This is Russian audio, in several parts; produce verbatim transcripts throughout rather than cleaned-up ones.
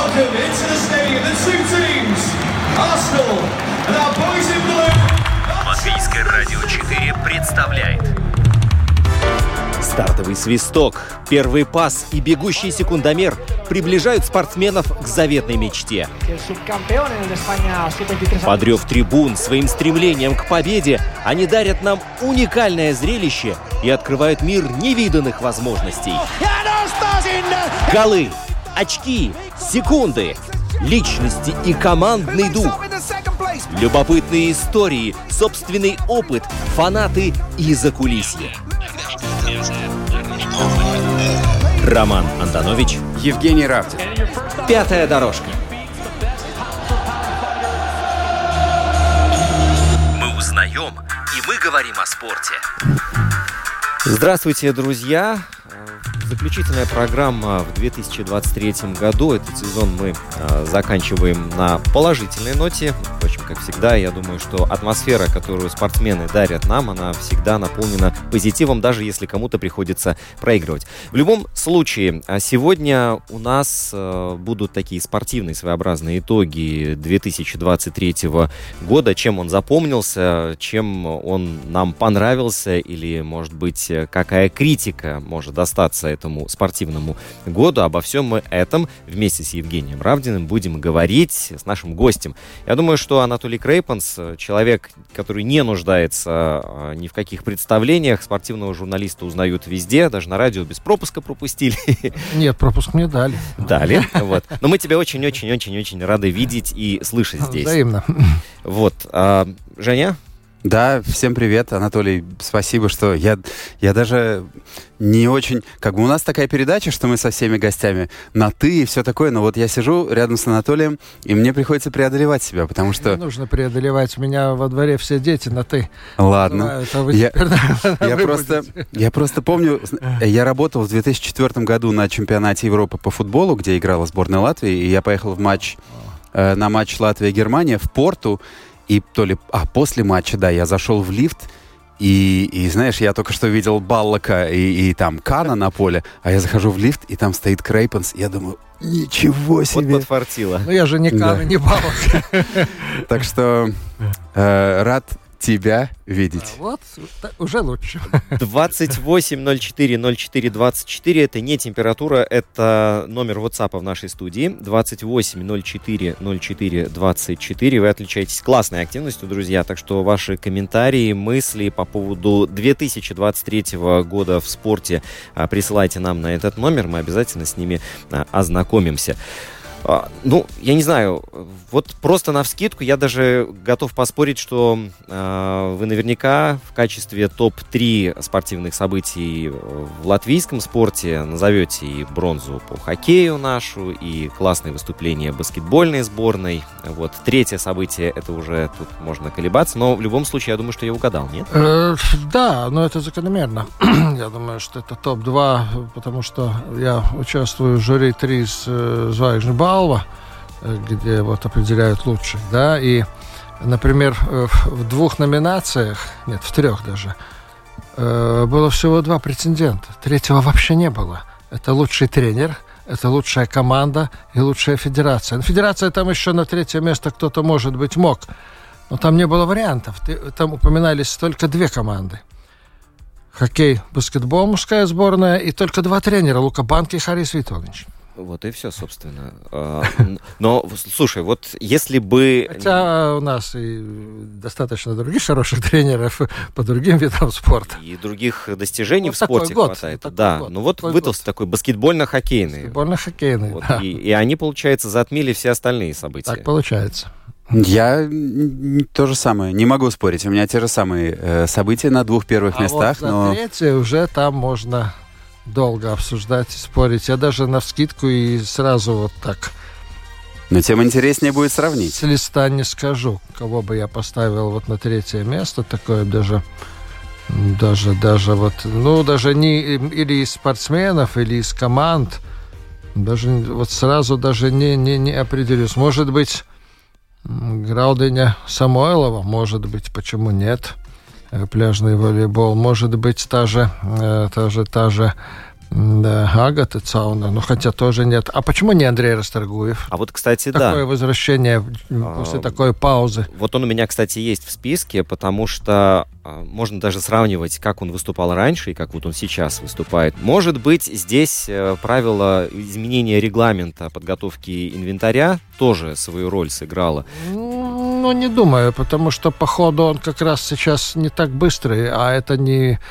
welcome into the stadium the two teams, Arsenal and our boys in blue. Латвийское радио четыре представляет стартовый свисток, первый пас и бегущий секундомер приближают спортсменов к заветной мечте. Под рев трибун своим стремлением к победе они дарят нам уникальное зрелище и открывают мир невиданных возможностей. Голы, очки, секунды, личности и командный дух. Любопытные истории, собственный опыт, фанаты и закулисье. Роман Антонович, Евгений Равдин. Пятая дорожка. мы узнаем, и мы говорим о спорте. Здравствуйте, друзья! Заключительная программа в две тысячи двадцать третьем году. Этот сезон мы э, заканчиваем на положительной ноте. Впрочем, как всегда, я думаю, что атмосфера, которую спортсмены дарят нам, она всегда наполнена позитивом, даже если кому-то приходится проигрывать. В любом случае, сегодня у нас э, будут такие спортивные своеобразные итоги две тысячи двадцать третьего года. Чем он запомнился, чем он нам понравился, или, может быть, какая критика может достаться этому спортивному году. Обо всем мы этом вместе с Евгением Равдиным будем говорить с нашим гостем. Я думаю, что Анатолий Крейпенс, человек, который не нуждается ни в каких представлениях, спортивного журналиста узнают везде, даже на радио без пропуска пропустили. Нет, пропуск мне дали. Дали, вот. Но мы тебя очень-очень-очень-очень рады видеть и слышать здесь. Взаимно. Вот. А, Женя? Да, всем привет, Анатолий, спасибо, что я, я даже не очень... Как бы у нас такая передача, что мы со всеми гостями на «ты» и все такое, но вот я сижу рядом с Анатолием, и мне приходится преодолевать себя, потому что... Не нужно преодолевать, у меня во дворе все дети на «ты». Ладно. Это я, я, просто, я просто помню, я работал в две тысячи четвёртом году на чемпионате Европы по футболу, где играла сборная Латвии, и я поехал в матч, э, на матч Латвия-Германия в Порту. И то ли... А, после матча, да, я зашел в лифт, и, и знаешь, я только что видел Баллока и, и там Кана на поле, а я захожу в лифт, и там стоит Крейпенс, и я думаю, ничего себе. Вот подфартило. Ну, я же не Кана, да. Не Баллок. Так что э, рад тебя видеть. А вот, уже лучше. двадцать восемь ноль четыре ноль четыре двадцать четыре это не температура, это номер WhatsApp в нашей студии. двадцать восемь ноль четыре ноль четыре двадцать четыре. Вы отличаетесь классной активностью, друзья, так что ваши комментарии, мысли по поводу две тысячи двадцать третьего года в спорте присылайте нам на этот номер, мы обязательно с ними ознакомимся. Ну, я не знаю, вот просто навскидку я даже готов поспорить, что э, вы наверняка в качестве топ три спортивных событий в латвийском спорте назовете и бронзу по хоккею нашу, и классные выступления баскетбольной сборной. Вот. Третье событие, это уже тут можно колебаться, но в любом случае я думаю, что я угадал, нет? Э, да, но это закономерно. Я думаю, что это топ два, потому что я участвую в жюри три с э, Звездный Балва, где вот определяют лучших, да, и, например, в двух номинациях, нет, в трех даже, было всего два претендента, третьего вообще не было. Это лучший тренер, это лучшая команда и лучшая федерация. Но федерация там еще на третье место кто-то, может быть, мог, но там не было вариантов, там упоминались только две команды. Хоккей, баскетбол, мужская сборная, и только два тренера, Лука Банки и Харис Витович. Вот и все, собственно. Но, слушай, вот если бы... Хотя у нас и достаточно других хороших тренеров по другим видам спорта. И других достижений вот в спорте год, хватает. Вот да, год, ну вот выдался такой баскетбольно-хоккейный. Баскетбольно-хоккейный, вот, да. И, и они, получается, затмили все остальные события. Так получается. Я то же самое, не могу спорить. У меня те же самые э, события на двух первых а местах. Вот за но... третье уже там можно... долго обсуждать и спорить. Я даже навскидку и сразу вот так. Но тем интереснее будет сравнить. С листа не скажу, кого бы я поставил вот на третье место. Такое даже, даже, даже вот, ну, даже не или из спортсменов, или из команд. Даже вот сразу даже не, не, не определюсь. Может быть, Грауденя Самойлова, может быть, почему нет? Пляжный волейбол, может быть, та же, та же, та же Да, Агата Цауна, ну хотя тоже нет. А почему не Андрей Расторгуев? А вот, кстати, Такое да. Такое возвращение после а, такой паузы. Вот он у меня, кстати, есть в списке, потому что а, можно даже сравнивать, как он выступал раньше и как вот он сейчас выступает. Может быть, здесь а, правило изменения регламента подготовки инвентаря тоже свою роль сыграло. Ну, не думаю, потому что по ходу он как раз сейчас не так быстрый, а это не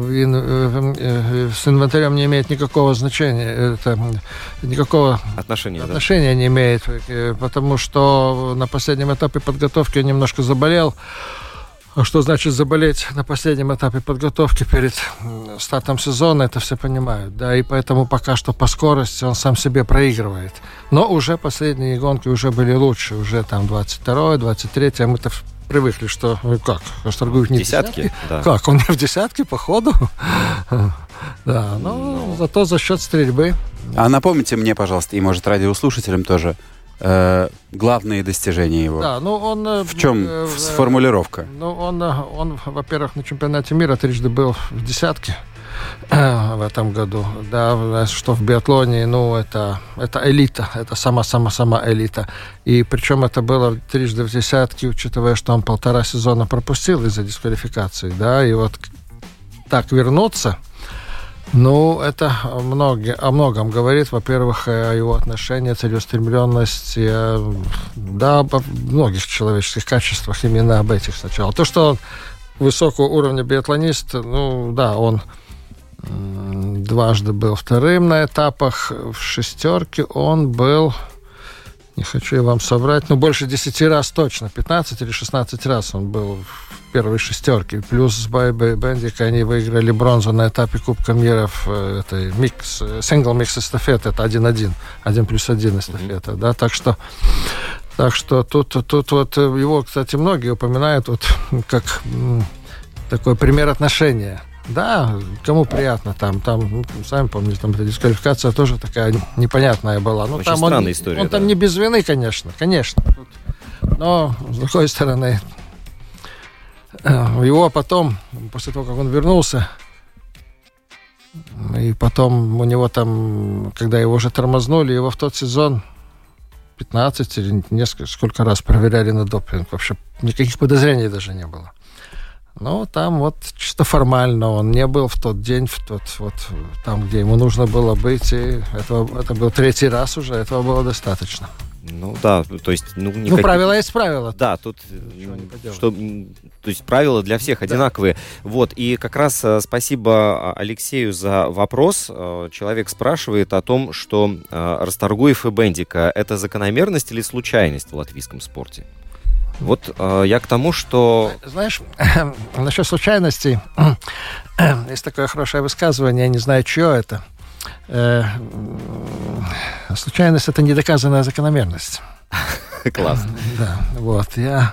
с инвентарем не имеет никакого значения, это никакого отношения, отношения да? не имеет, потому что на последнем этапе подготовки он немножко заболел. А что значит заболеть на последнем этапе подготовки перед стартом сезона, это все понимают. Да, и поэтому пока что по скорости он сам себе проигрывает. Но уже последние гонки уже были лучше. Уже там двадцать второе, двадцать третье. Мы-то привыкли, что... Ну, как? Расторгуев не в десятке? Да. Как? Он не в десятке по ходу? Да, но зато за счет стрельбы. А напомните мне, пожалуйста, и, может, радиослушателям тоже, Э, главные достижения его. Да, ну он, в чем э, формулировка? Ну, он, он, во-первых, на чемпионате мира трижды был в десятке э, в этом году. Да, что в биатлоне, ну, это, это элита, это сама-сама-сама элита. И причем это было трижды в десятке, учитывая, что он полтора сезона пропустил из-за дисквалификации. Да, и вот так вернуться... Ну, это многие, о многом говорит. Во-первых, о его отношении, целеустремленности, да, о многих человеческих качествах, именно об этих сначала. То, что он высокого уровня биатлонист, ну, да, он дважды был вторым на этапах. В шестерке он был, не хочу я вам соврать, но больше десяти раз точно, пятнадцать или шестнадцать раз он был в первой шестерке. Плюс с Байбой Бендик они выиграли бронзу на этапе Кубка мира в этой микс, сингл-микс эстафеты, это один-один, один плюс один эстафета, mm-hmm. да, так что так что тут, тут вот его, кстати, многие упоминают вот как м, такой пример отношения. Да, кому приятно там, там, ну, сами помните, там эта дисквалификация тоже такая непонятная была. Ну, очень там странная он, история. Он да. там не без вины, конечно, конечно. Но, с другой стороны, его потом, после того, как он вернулся, и потом у него там, когда его уже тормознули, его в тот сезон пятнадцать или несколько, сколько раз проверяли на допинг. Вообще никаких подозрений даже не было. Но там вот чисто формально он не был в тот день, в тот вот там, где ему нужно было быть. И этого, это был третий раз уже, этого было достаточно. Ну да, то есть... Ну, никаких... ну правила есть правила. Да, тут... Что, то есть правила для всех одинаковые. Да. Вот, и как раз э, спасибо Алексею за вопрос. Э, человек спрашивает о том, что э, Расторгуев и Бендика — это закономерность или случайность в латвийском спорте? Вот э, я к тому, что... Знаешь, насчет случайностей есть такое хорошее высказывание, я не знаю, чье это. Случайность — это недоказанная закономерность. Класс. Да, вот, я...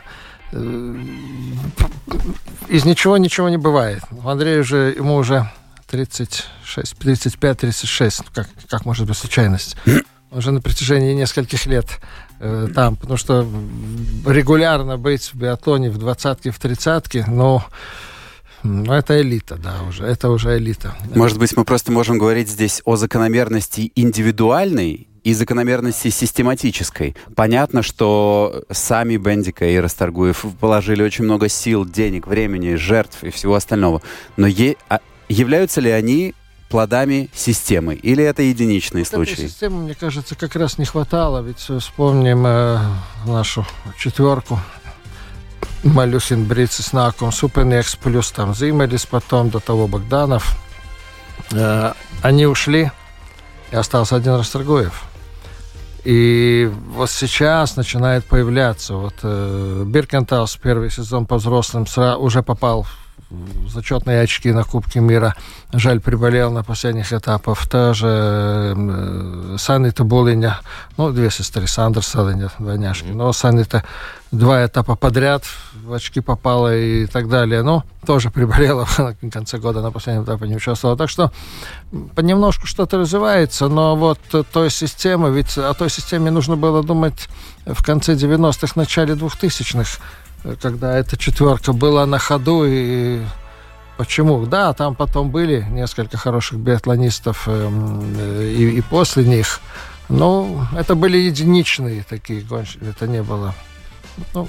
Из ничего ничего не бывает. У Андрея уже, ему уже тридцать шесть, тридцать пять тридцать шесть. Как, как может быть случайность? Он уже на протяжении нескольких лет э, там, потому что регулярно быть в биатлоне в двадцатке, в тридцатке, но... Ну, это элита, да, уже. Это уже элита. Может быть, мы просто можем говорить здесь о закономерности индивидуальной и закономерности систематической. Понятно, что сами Бендика и Расторгуев положили очень много сил, денег, времени, жертв и всего остального. Но е- а являются ли они плодами системы? Или это единичные вот случаи? Этой системы, мне кажется, как раз не хватало. Ведь вспомним э, нашу четверку. Малюхин, Брицис, Накум, Супенекс, плюс там Зимелис, потом до того Богданов. Э, они ушли, и остался один Расторгуев. И вот сейчас начинает появляться. Вот э, Биркентаус первый сезон по взрослым сра- уже попал в зачетные очки на Кубке мира. Жаль, приболел на последних этапах. Тоже э, Санита Булиня, ну, две сестры, Сандер Салиня, двойняшки. Но Санита два этапа подряд в очки попала и так далее. Ну, тоже приболела в конце года, на последнем этапе не участвовала. Так что понемножку что-то развивается, но вот той системы, ведь о той системе нужно было думать в конце девяностых, начале двухтысячных, когда эта четверка была на ходу, и почему? Да, там потом были несколько хороших биатлонистов э, и, и после них. Но это были единичные такие гонщики. Это не было... Ну,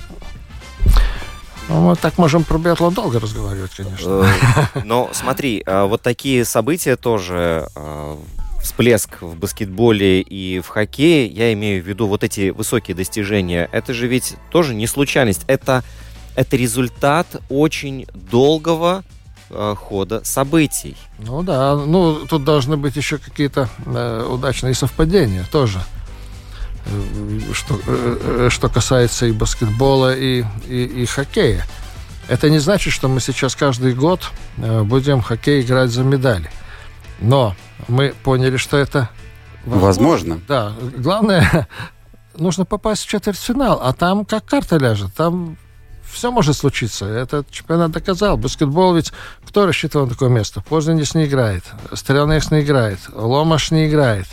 ну, мы так можем про биатлон долго разговаривать, конечно. Но смотри, вот такие события тоже... Всплеск в баскетболе и в хоккее, я имею в виду вот эти высокие достижения, это же ведь тоже не случайность, это, это результат очень долгого э, хода событий. Ну да, ну тут должны быть еще какие-то э, удачные совпадения тоже, э, что, э, что касается и баскетбола, и, и, и хоккея. Это не значит, что мы сейчас каждый год э, будем в хоккей играть за медали. Но мы поняли, что это возможно. возможно. Да. Главное, нужно попасть в четвертьфинал, а там как карта ляжет. Там все может случиться. Этот чемпионат доказал. Баскетбол ведь кто рассчитывал на такое место? Познанец не играет, Стрелнекс не играет, Ломаш не играет,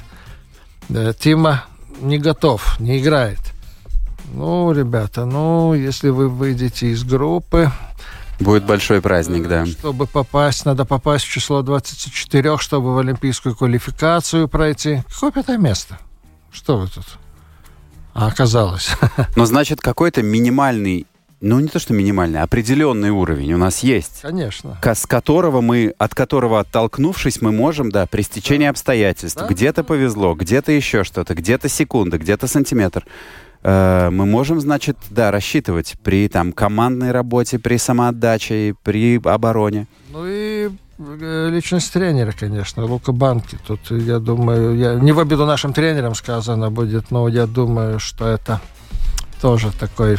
Тима не готов, не играет. Ну, ребята, ну, если вы выйдете из группы... Будет большой праздник, да. Чтобы попасть, надо попасть в число двадцать четыре, чтобы в олимпийскую квалификацию пройти. Какое пятое место? Что вы тут? А оказалось. Но значит, какой-то минимальный, ну не то что минимальный, определенный уровень у нас есть. Конечно. С которого мы, от которого оттолкнувшись, мы можем, да, при стечении да. обстоятельств. Да? Где-то повезло, где-то еще что-то, где-то секунда, где-то сантиметр. Мы можем, значит, да, рассчитывать при там командной работе, при самоотдаче, при обороне. Ну и личность тренера, конечно, Лука Банки. Тут, я думаю, я, не в обиду нашим тренерам сказано будет, но я думаю, что это тоже такой...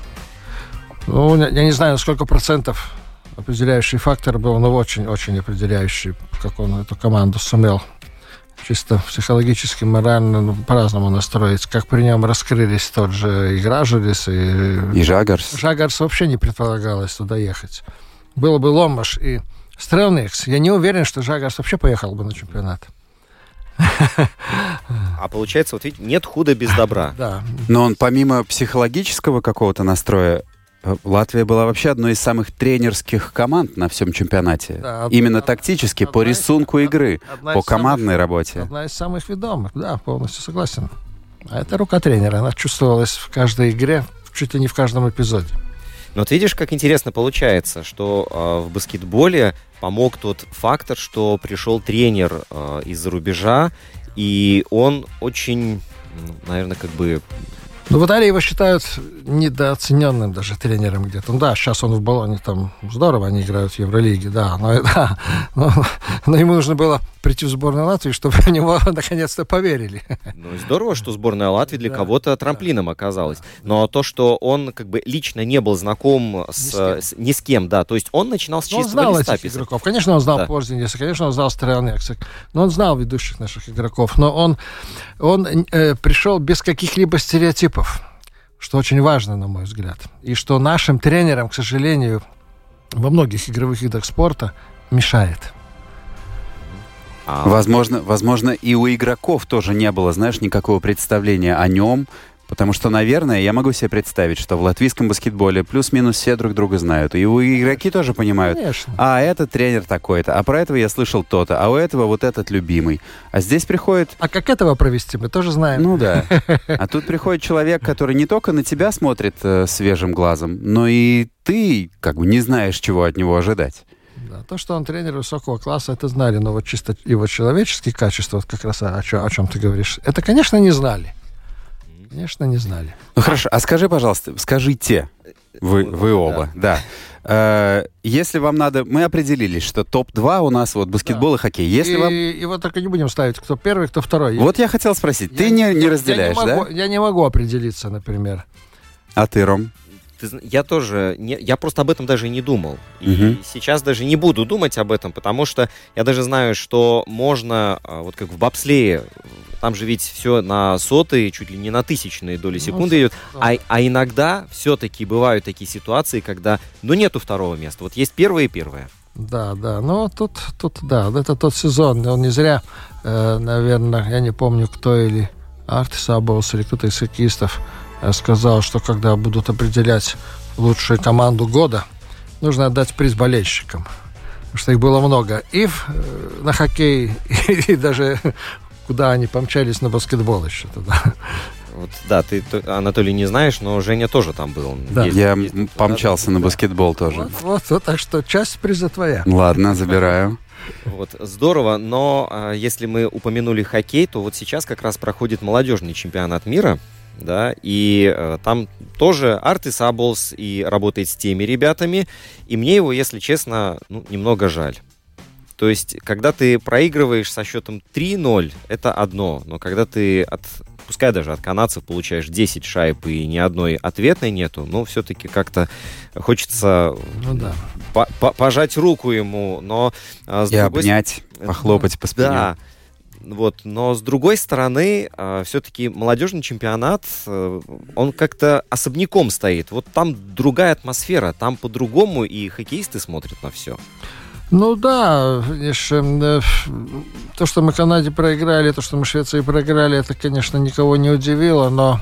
Ну, я не знаю, на сколько процентов определяющий фактор был, но очень-очень определяющий, как он эту команду сумел чисто психологически, морально, ну, по-разному настроить. Как при нем раскрылись тот же и Гражулис, и... И Жагарс. Жагарс вообще не предполагалось туда ехать. Было бы Ломаш и Стрелнекс. Я не уверен, что Жагарс вообще поехал бы на чемпионат. А получается, вот видите, нет худа без добра. Да. Но он помимо психологического какого-то настроя, Латвия была вообще одной из самых тренерских команд на всем чемпионате. Да, Именно одна, тактически, одна по рисунку из, игры, по командной самых, работе. Одна из самых ведомых, да, полностью согласен. А это рука тренера, она чувствовалась в каждой игре, чуть ли не в каждом эпизоде. Но вот видишь, как интересно получается, что э, в баскетболе помог тот фактор, что пришел тренер э, из-за рубежа, и он очень, ну, наверное, как бы... Ну, в Италии его считают недооцененным даже тренером где-то. Ну да, сейчас он в Болоне, там здорово они играют в Евролиге, да, но, да, но, но ему нужно было прийти в сборную Латвии, чтобы в него наконец-то поверили. Ну, здорово, что сборная Латвии для да, кого-то трамплином да, оказалась. Но то, что он как бы лично не был знаком с, ни, с, с, ни с кем, да, то есть он начинал с чистого листа писать. Игроков. Конечно, он знал да. Порзингеса, конечно, он знал Стрелнекса, но он знал ведущих наших игроков, но он, он э, пришел без каких-либо стереотипов, что очень важно, на мой взгляд. И что нашим тренерам, к сожалению, во многих игровых видах спорта мешает. А... Возможно, возможно, и у игроков тоже не было, знаешь, никакого представления о нем, потому что, наверное, я могу себе представить, что в латвийском баскетболе плюс-минус все друг друга знают. И у игроки тоже понимают, Конечно. а этот тренер такой-то, а про этого я слышал то-то, а у этого вот этот любимый. А здесь приходит... А как этого провести, мы тоже знаем. Ну да. А тут приходит человек, который не только на тебя смотрит э, свежим глазом, но и ты как бы не знаешь, чего от него ожидать. Да, то, что он тренер высокого класса, это знали, но вот чисто его человеческие качества, вот как раз о, о чем ты говоришь, это, конечно, не знали. Конечно, не знали. Ну хорошо, а скажи, пожалуйста, скажите, вы, вы оба, да. да. Э, если вам надо, мы определились, что топ два у нас вот баскетбол да. и хоккей. Если и, вам... и вот только не будем ставить, кто первый, кто второй. Вот я хотел спросить, я, ты не, не разделяешь, я не могу, да? Я не могу определиться, например. А ты, Ром? Я тоже, не, я просто об этом даже не думал. И uh-huh. сейчас даже не буду думать об этом, потому что я даже знаю, что можно, вот как в бобслее, там же ведь все на сотые, чуть ли не на тысячные доли секунды ну, идет, а, а иногда все-таки бывают такие ситуации, когда, ну, нету второго места, вот есть первое и первое. Да, да, ну, тут, тут, да, это тот сезон, он не зря, э, наверное, я не помню, кто или Артис Аболс, или кто-то из хоккеистов сказал, что когда будут определять лучшую команду года, нужно отдать приз болельщикам. потому что их было много. И в, на хоккей, и даже куда они помчались на баскетбол еще тогда. Вот, да, ты, Анатолий, не знаешь, но Женя тоже там был. Да. Есть, Я есть, помчался да, на баскетбол тоже. Вот, вот, вот, так что часть приза твоя. Ладно, забираю. Вот, здорово, но а, если мы упомянули хоккей, то вот сейчас как раз проходит молодежный чемпионат мира, да, и а, там тоже Артис Аблс и работает с теми ребятами, и мне его, если честно, ну, немного жаль. То есть, когда ты проигрываешь со счетом три ноль, это одно, но когда ты от... пускай даже от канадцев получаешь десять шайб и ни одной ответной нету, но все-таки как-то хочется ну, да. по- по- пожать руку ему, но... А, с и другой... обнять, похлопать по спине. Да, вот, но с другой стороны, а, все-таки молодежный чемпионат, а, он как-то особняком стоит. Вот там другая атмосфера, там по-другому, и хоккеисты смотрят на все. Ну да, видишь, э, то, что мы Канаде проиграли, то, что мы Швеции проиграли, это, конечно, никого не удивило, но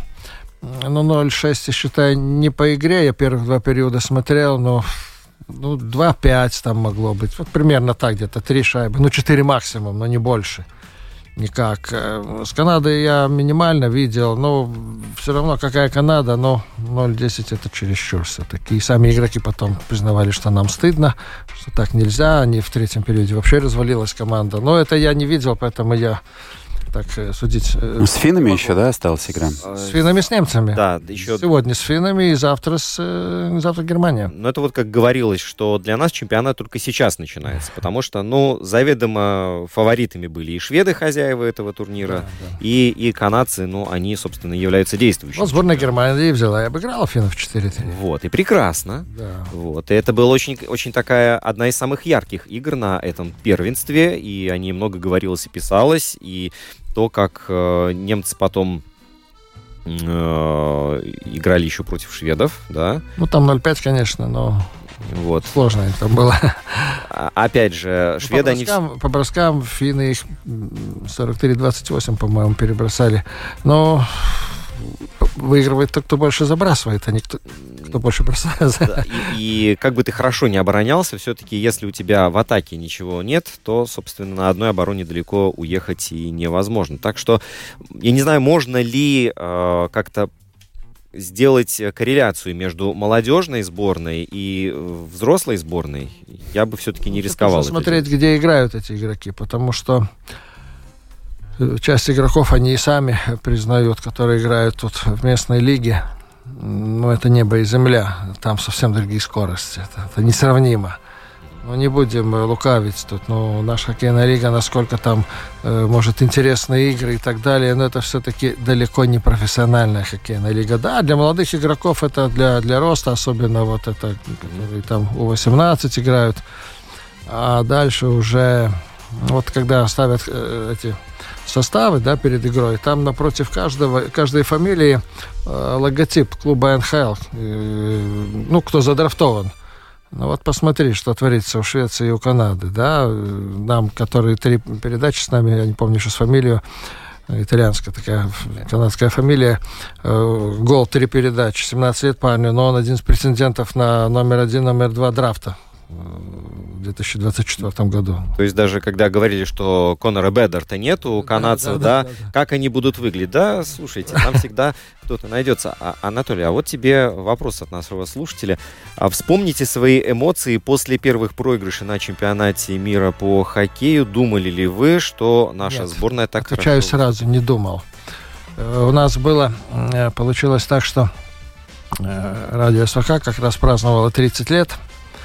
ну, ноль шесть, я считаю, не по игре, я первых два периода смотрел, но ну, два пять там могло быть, вот примерно так где-то, три шайбы, ну четыре максимум, но не больше. Никак. С Канадой я минимально видел, но все равно какая Канада, но ноль десять это чересчур все-таки. И сами игроки потом признавали, что нам стыдно, что так нельзя. Они в третьем периоде вообще развалилась команда. Но это я не видел, поэтому я так судить... Ну, с финнами еще, да, осталась игра? С финнами, с немцами. Да, еще... Сегодня с финнами и завтра с завтра Германия. Но это вот как говорилось, что для нас чемпионат только сейчас начинается, потому что, ну, заведомо фаворитами были и шведы, хозяева этого турнира, да, да. И, и канадцы, ну, они, собственно, являются действующими. Вот сборная Германии взяла и обыграла финнов четыре три. Вот, и прекрасно. Да. Вот, и это была очень, очень такая, одна из самых ярких игр на этом первенстве, и о ней много говорилось и писалось, и то, как э, немцы потом э, играли еще против шведов, да. Ну, там ноль пять, конечно, но вот. Сложно это было. А, опять же, шведы... По броскам, они... по броскам финны их сорок три двадцать восемь, по-моему, перебросали. Но выигрывает тот, кто больше забрасывает, а не кто, кто больше бросает. Да, и, и как бы ты хорошо не оборонялся, все-таки, если у тебя в атаке ничего нет, то, собственно, на одной обороне далеко уехать и невозможно. Так что, я не знаю, можно ли э, как-то сделать корреляцию между молодежной сборной и взрослой сборной. Я бы все-таки не рисковал. Нужно смотреть, где играют эти игроки, потому что часть игроков они и сами признают, которые играют тут в местной лиге. Ну, это небо и земля. Там совсем другие скорости. Это, это несравнимо. Ну, не будем лукавить тут. Ну, наша хоккейная лига, насколько там, э, может, интересные игры и так далее, но это все-таки далеко не профессиональная хоккейная лига. Да, для молодых игроков это для, для роста, особенно вот это, которые там у восемнадцать играют. А дальше уже, вот когда ставят э, эти составы, да, перед игрой, там напротив каждого, каждой фамилии э, логотип клуба эн ха эл, э, ну, кто задрафтован. Ну вот посмотри, что творится у Швеции и у Канады, да, нам, которые три передачи с нами, я не помню сейчас фамилию, итальянская такая, канадская фамилия, э, гол, три передачи, семнадцать лет парню, но он один из претендентов на номер один, номер два драфта в две тысячи двадцать четвёртом году. То есть даже когда говорили, что Конора Бедерта нету у канадцев, да, да, да, да, да, как они будут выглядеть? Да, слушайте, там всегда кто-то найдется. А, Анатолий, а вот тебе вопрос от нашего слушателя. А вспомните свои эмоции после первых проигрышей на чемпионате мира по хоккею. Думали ли вы, что наша Нет, сборная так хорошо... Отвечаю сразу, не думал. У нас было, получилось так, что радио эс ва ха как раз праздновало тридцать лет.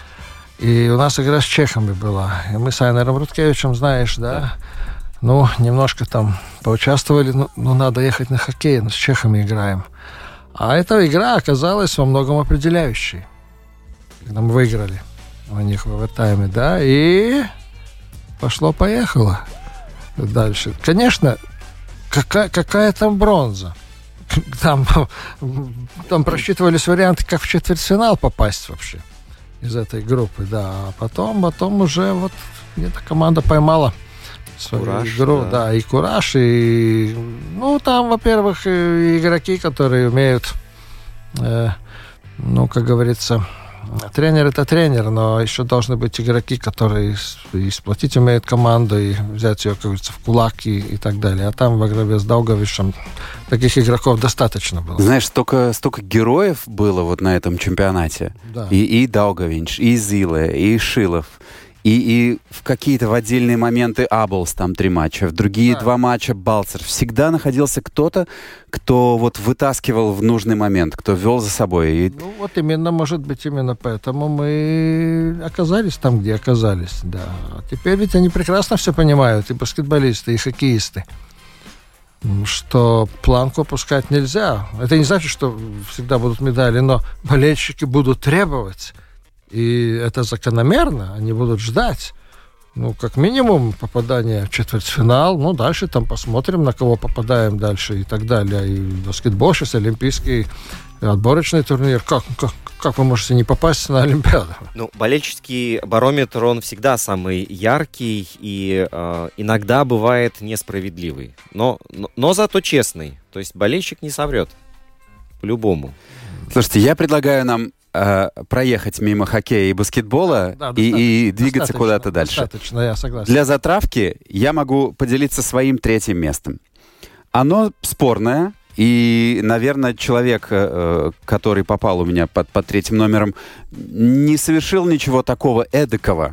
И у нас игра с чехами была. И мы с Айнером Руткевичем, знаешь, да, да. Ну, немножко там поучаствовали. Ну, ну, надо ехать на хоккей, но с чехами играем. А эта игра оказалась во многом определяющей. Когда мы выиграли у них в овертайме, да, и пошло-поехало дальше. Конечно, какая, какая там бронза. Там, там просчитывались варианты, как в четвертьфинал попасть вообще из этой группы, да. А потом, потом уже вот где-то команда поймала свою кураж, игру, да. да, и кураж, и, ну, там, во-первых, игроки, которые умеют, э, ну, как говорится, тренер это тренер, но еще должны быть игроки, которые и сплотить умеют команду, и взять ее, как говорится, в кулак и, и так далее. А там во главе с Даугавишем таких игроков достаточно было. Знаешь, столько, столько героев было вот на этом чемпионате. Да. И, и Даугавинш, и Зиле, и Шилов. И, и в какие-то в отдельные моменты Аблс, там три матча, в другие да. два матча Балцер. Всегда находился кто-то, кто вот вытаскивал в нужный момент, кто вел за собой. И... Ну вот именно, может быть, именно поэтому мы оказались там, где оказались. Да. А теперь ведь они прекрасно все понимают, и баскетболисты, и хоккеисты, что планку опускать нельзя. Это не значит, что всегда будут медали, но болельщики будут требовать. И это закономерно, они будут ждать, ну, как минимум, попадания в четвертьфинал, ну, дальше там посмотрим, на кого попадаем дальше и так далее. И баскетбол сейчас, олимпийский отборочный турнир, как, как, как вы можете не попасть на Олимпиаду? Ну, болельческий барометр, он всегда самый яркий и э, иногда бывает несправедливый, но, но, но зато честный, то есть болельщик не соврет, по-любому. Слушайте, я предлагаю нам проехать мимо хоккея и баскетбола да, да, и, и двигаться куда-то дальше. Достаточно, я согласен. Для затравки я могу поделиться своим третьим местом. Оно спорное, и, наверное, человек, который попал у меня под, под третьим номером, не совершил ничего такого эдакого.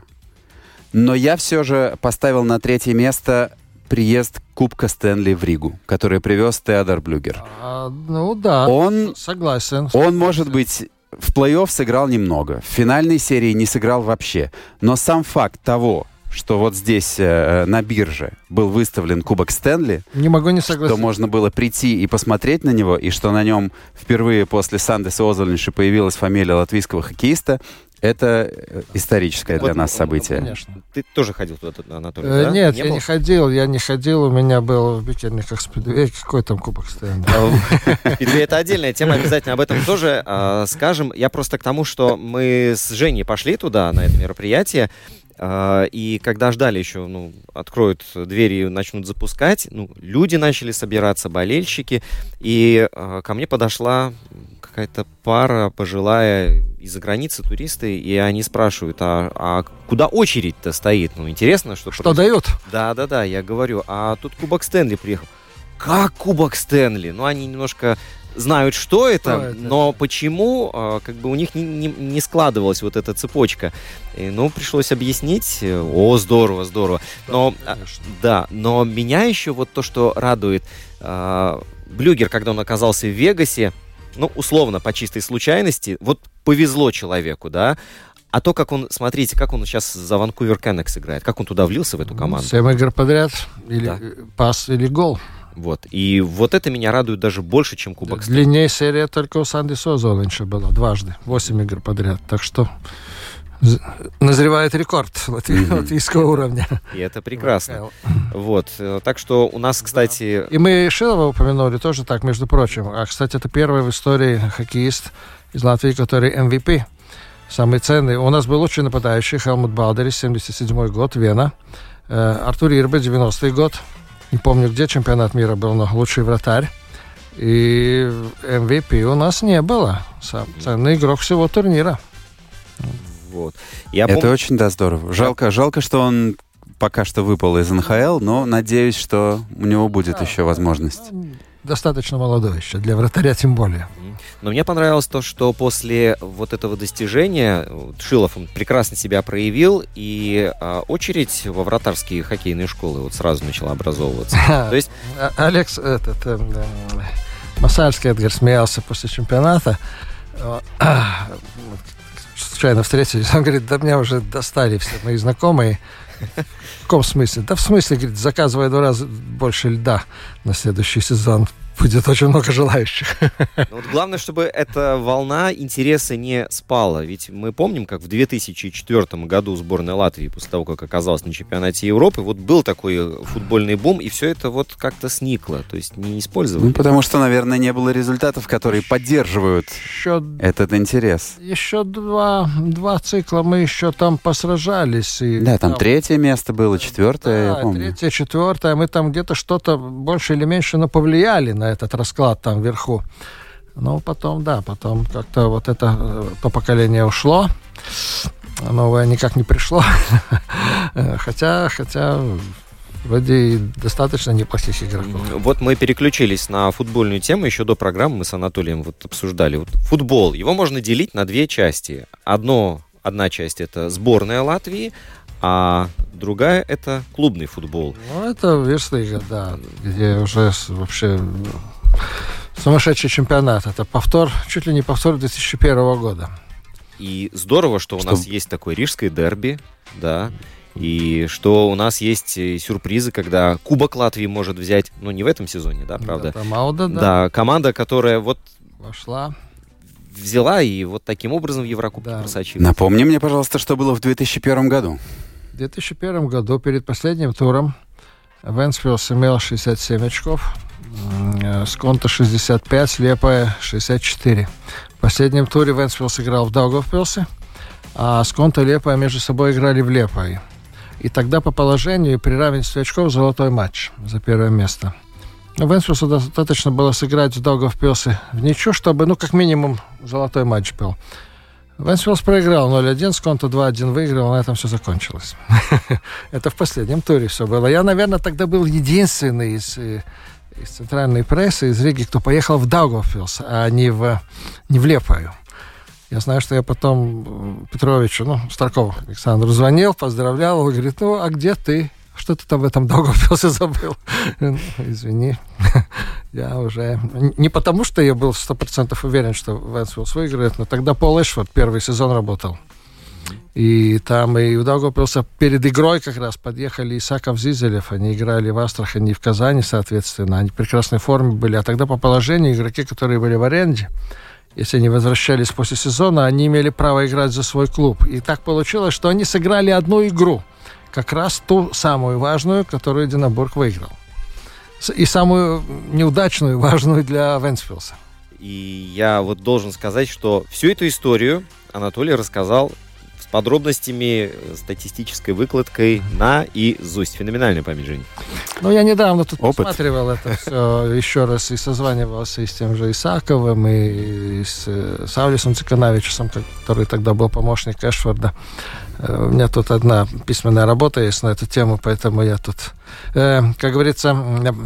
Но я все же поставил на третье место приезд Кубка Стэнли в Ригу, который привез Теодор Блюгер. А, ну да, он, согласен. Он, может быть, в плей-офф сыграл немного, в финальной серии не сыграл вообще. Но сам факт того, что вот здесь э, на бирже был выставлен Кубок Стэнли, не могу не согласиться, что можно было прийти и посмотреть на него, и что на нем впервые после Сандеса Озолинша появилась фамилия латвийского хоккеиста, это историческое вот, для нас событие. Конечно. Ты тоже ходил туда, Анатолий, э, да? Нет, не я был? не ходил, я не ходил, у меня был в Бикерниках Спидвей, какой там Кубок Стэнли. Спидвей — это отдельная тема, обязательно об этом тоже э, скажем. Я просто к тому, что мы с Женей пошли туда, на это мероприятие, э, и когда ждали еще, ну, откроют двери и начнут запускать, ну, люди начали собираться, болельщики, и э, ко мне подошла какая-то пара пожилая из-за границы, туристы, и они спрашивают, а, а куда очередь-то стоит? Ну, интересно, что... Что происходит. дают? Да-да-да, я говорю, а тут Кубок Стэнли приехал. Как Кубок Стэнли? Ну, они немножко знают, что это, что это? Но почему, как бы у них не, не, не складывалась вот эта цепочка. И, ну, пришлось объяснить. О, здорово, здорово. Но, да, да, но меня еще вот то, что радует. Блюгер, когда он оказался в Вегасе, ну, условно, по чистой случайности, вот повезло человеку, да, а то, как он, смотрите, как он сейчас за Ванкувер Кеннекс играет, как он туда влился в эту команду. Семь игр подряд, или да. пас, или гол. Вот, и вот это меня радует даже больше, чем Кубок Стэнли. Длиннее серия только у Сандеса Озолинша была, дважды, восемь игр подряд, так что... назревает рекорд латви- латвийского уровня. И это прекрасно. Вот. Так что у нас, кстати... Да. И мы Шилова упомянули тоже так, между прочим. А, кстати, это первый в истории хоккеист из Латвии, который эм ви пи. Самый ценный. У нас был лучший нападающий Хелмут Балдерис, семьдесят седьмой год, Вена. Артур Ирбе, девяностый год. Не помню, где чемпионат мира был, но лучший вратарь. И эм ви пи у нас не было. Сам ценный игрок всего турнира. Вот. Я это пом... очень, да, здорово. Жалко, жалко, что он пока что выпал из эн ха эл, но надеюсь, что у него будет да, еще возможность. Достаточно молодой еще, для вратаря тем более. Но мне понравилось то, что после вот этого достижения Шилов он прекрасно себя проявил, и а, очередь во вратарские хоккейные школы вот сразу начала образовываться. То есть... Алекс, этот, э, э, Масальский Эдгар смеялся после чемпионата. Случайно встретились, он говорит, да меня уже достали все мои знакомые. В каком смысле? Да в смысле, говорит, заказывая два раза больше льда на следующий сезон. Будет очень много желающих. Вот главное, чтобы эта волна интереса не спала. Ведь мы помним, как в две тысячи четвёртом году сборная Латвии, после того, как оказалась на чемпионате Европы, вот был такой футбольный бум, и все это вот как-то сникло, то есть не использовали. Ну, потому что, наверное, не было результатов, которые поддерживают еще, этот интерес. Еще два, два цикла мы еще там посражались. И да, там, там третье место было, четвертое, да, я помню. третье, четвертое. Мы там где-то что-то больше или меньше, но повлияли на этот расклад там вверху. Ну, потом, да, потом как-то вот это то поколение ушло, новое никак не пришло. Хотя, хотя вроде и достаточно неплохих игроков. Вот мы переключились на футбольную тему. Еще до программы мы с Анатолием вот обсуждали. Вот футбол, его можно делить на две части. Одно, одна часть — это сборная Латвии, а другая — это клубный футбол. Ну, это Вирслига, да, где уже вообще сумасшедший чемпионат. Это повтор, чуть ли не повтор две тысячи первого года. И здорово, что, что у нас есть такое рижское дерби, да, и что у нас есть сюрпризы, когда Кубок Латвии может взять, ну, не в этом сезоне, да, правда? Да, Мауда, да. Да, команда, которая вот вошла, взяла и вот таким образом в Еврокубке да. просочилась. Напомни мне, пожалуйста, что было в две тысячи первом году. В две тысячи первом году, перед последним туром, Вентспилс имел шестьдесят семь очков, Сконта шестьдесят пять, Лиепая шестьдесят четыре. В последнем туре Вентспилс играл в Даугавпилсе, а Сконта и Лиепая между собой играли в Лиепае. И тогда по положению при равенстве очков золотой матч за первое место. Вентспилсу достаточно было сыграть в Даугавпилсе в ничью, чтобы, ну, как минимум, золотой матч был. Вентспилс проиграл ноль один, Сконта два один выиграл, на этом все закончилось. Это в последнем туре все было. Я, наверное, тогда был единственный из, из центральной прессы, из Риги, кто поехал в Даугавпилс, а не в, не в Лиепаю. Я знаю, что я потом Петровичу, ну, Старкову Александру звонил, поздравлял, он говорит, ну, а где ты? Что ты там в этом Даугавпилсе забыл? Извини, я уже... Не потому, что я был сто процентов уверен, что Вентспилс выиграет, но тогда Пол Эшфорд первый сезон работал. И там и у Даугавпилса перед игрой как раз подъехали Исаков, Зизелев. Они играли в Астрахани и в Казани, соответственно. Они в прекрасной форме были. А тогда по положению игроки, которые были в аренде, если они возвращались после сезона, они имели право играть за свой клуб. И так получилось, что они сыграли одну игру. Как раз ту самую важную, которую Динабург выиграл. И самую неудачную, важную для Вентспилса. И я вот должен сказать, что всю эту историю Анатолий рассказал с подробностями, статистической выкладкой наизусть. Феноменальная память, Жень. Ну, я недавно тут Опыт. посматривал это все еще раз и созванивался и с тем же Исаковым, и с Саулисом Цикановичем, который тогда был помощник Эшфорда. У меня тут одна письменная работа есть на эту тему, поэтому я тут, э, как говорится,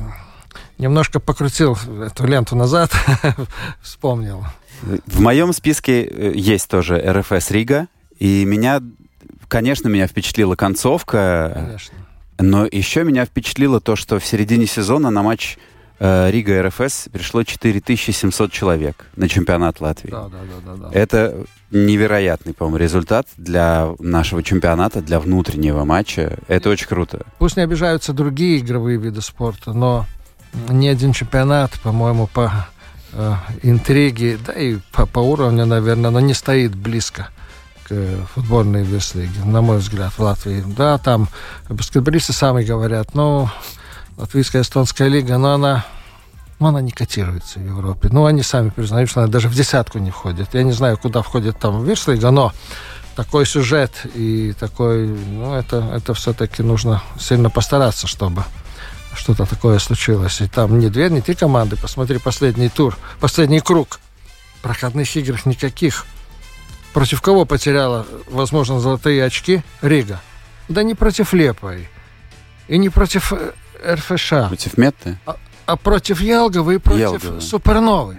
немножко покрутил эту ленту назад, вспомнил. В моем списке есть тоже эр эф эс Рига, и меня, конечно, меня впечатлила концовка, Конечно. Но еще меня впечатлило то, что в середине сезона на матч э, Рига-эр эф эс пришло четыре тысячи семьсот человек на чемпионат Латвии. Да, да, да, да, да. Это невероятный, по-моему, результат для нашего чемпионата, для внутреннего матча. Это очень круто. Пусть не обижаются другие игровые виды спорта, но ни один чемпионат, по-моему, по э, интриге, да и по, по уровню, наверное, но не стоит близко к футбольной Вирслиге, на мой взгляд, в Латвии. Да, там баскетболисты сами говорят, ну, латвийская эстонская лига, но она, ну, она не котируется в Европе. Ну, они сами признают, что она даже в десятку не входит. Я не знаю, куда входит там Вирслига, но такой сюжет и такой, ну, это, это все-таки нужно сильно постараться, чтобы что-то такое случилось. И там не две, не три команды. Посмотри последний тур, последний круг. Проходных игр никаких. Против кого потеряла, возможно, золотые очки? Рига. Да не против Лиепаи. И не против эр эф эш. Против Метты? А, а против Елговы и против Елговы. Суперновы.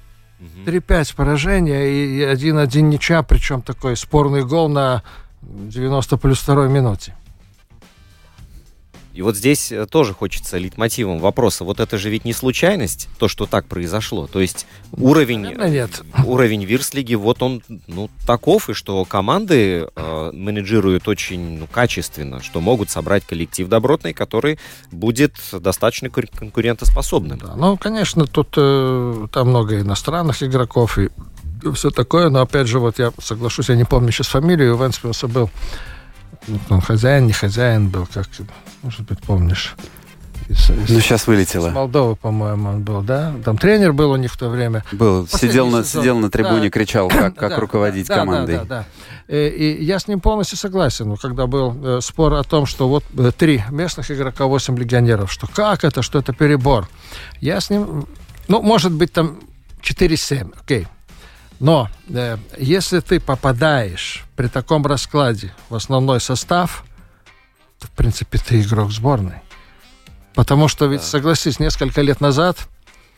три пять поражения и один один ничья, причем такой спорный гол на девяносто плюс второй минуте. И вот здесь тоже хочется лейтмотивом вопроса. Вот это же ведь не случайность, то, что так произошло. То есть уровень, Нет. уровень Вирслиги, вот он, ну, таков, и что команды э, менеджируют очень, ну, качественно, что могут собрать коллектив добротный, который будет достаточно конкурентоспособным. Да, ну, конечно, тут э, там много иностранных игроков и все такое, но, опять же, вот я соглашусь, я не помню сейчас фамилию, у Вентспилса был, он хозяин, не хозяин был, как, может быть, помнишь. Из, из, ну, сейчас вылетело. Из Молдовы, по-моему, он был, да? Там тренер был у них в то время. Был, сидел на, сидел на трибуне, да. кричал, как, как да, руководить да, командой. Да, да, да. И, и я с ним полностью согласен. Когда был э, спор о том, что вот э, три местных игрока, восемь легионеров, что как это, что это перебор. Я с ним, ну, может быть, там четыре семь, окей. Но э, если ты попадаешь при таком раскладе в основной состав, то, в принципе, ты игрок сборной. Потому что ведь, да. согласись, несколько лет назад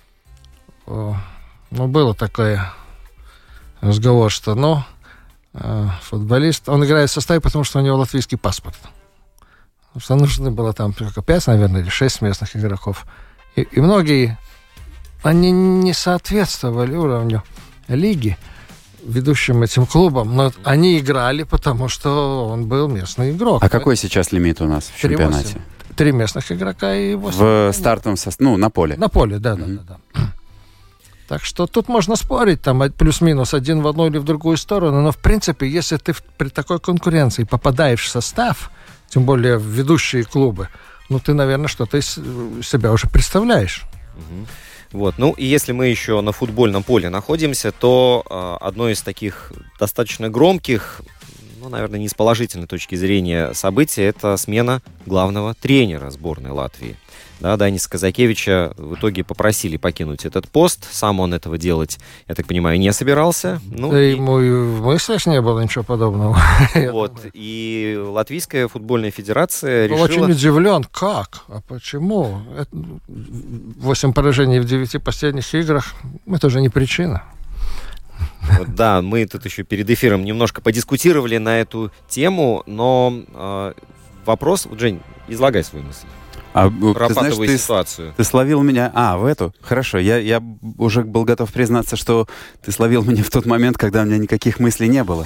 о, ну, было такое разговор, что, ну, э, футболист, он играет в составе, потому что у него латвийский паспорт. Потому что нужно было там только пять, наверное, или шесть местных игроков. И, и многие, они не соответствовали уровню лиги ведущим этим клубам, но они играли, потому что он был местный игрок. А какой сейчас лимит у нас в чемпионате? Три местных игрока и восемь. В стартовом составе, ну, на поле. На поле, да, mm-hmm. да, да, да. Так что тут можно спорить, там, плюс-минус один в одну или в другую сторону, но, в принципе, если ты при такой конкуренции попадаешь в состав, тем более в ведущие клубы, ну, ты, наверное, что-то из себя уже представляешь. Mm-hmm. Вот. Ну, и если мы еще на футбольном поле находимся, то э, одно из таких достаточно громких, ну, наверное, не с положительной точки зрения событий, это смена главного тренера сборной Латвии. Да, Даниса Казакевича в итоге попросили покинуть этот пост. Сам он этого делать, я так понимаю, не собирался. Ну, да и... ему и в мыслях не было ничего подобного. Вот. И Латвийская футбольная федерация решила... Очень удивлен, как? А почему? Восемь поражений в девяти последних играх — это же не причина. Вот, да, мы тут еще перед эфиром немножко подискутировали на эту тему, но э, вопрос... Вот, Жень, излагай свою мысль. А, ты знаешь, ты, ситуацию. Ты словил меня... А, в эту? Хорошо. Я, я уже был готов признаться, что ты словил меня в тот момент, когда у меня никаких мыслей не было.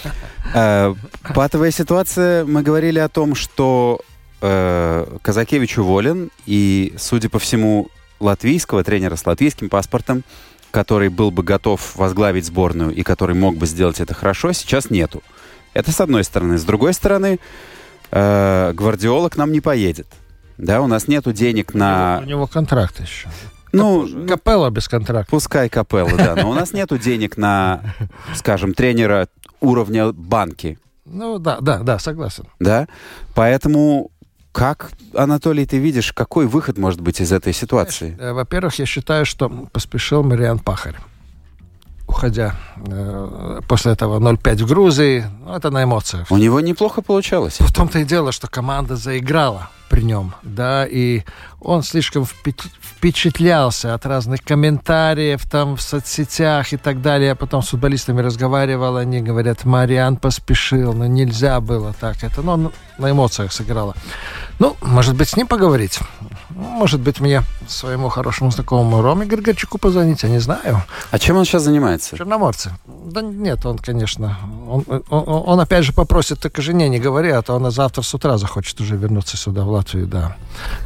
Патовая ситуация. Мы говорили о том, что Казакевич уволен, и, судя по всему, латвийского тренера с латвийским паспортом, который был бы готов возглавить сборную и который мог бы сделать это хорошо, сейчас нету. Это с одной стороны. С другой стороны, Гвардиола к нам не поедет. Да, у нас нету денег на... У него контракт еще. Ну, Капелло без контракта. Пускай Капелло, да. Но у нас нету денег на, скажем, тренера уровня Банки. Ну, да, да, да, согласен. Да? Поэтому как, Анатолий, ты видишь, какой выход может быть из этой ситуации? Знаешь, во-первых, я считаю, что поспешил Мариан Пахарь. Уходя э, после этого ноль пять в Грузии, ну, это на эмоциях. У него неплохо получалось. В том-то и дело, что команда заиграла при нем, да, и он слишком впечатлялся от разных комментариев там в соцсетях и так далее. Я потом с футболистами разговаривал, они говорят, Мариан поспешил, но нельзя было так. Это, ну, на эмоциях сыграло. Ну, может быть, с ним поговорить. Может быть, мне своему хорошему знакомому Роме Григорчуку позвонить, я не знаю. А чем он сейчас занимается? Черноморцы. Да нет, он, конечно, он, он, он опять же попросит, только жене не говори, а то она завтра с утра захочет уже вернуться сюда, в Латвию, да.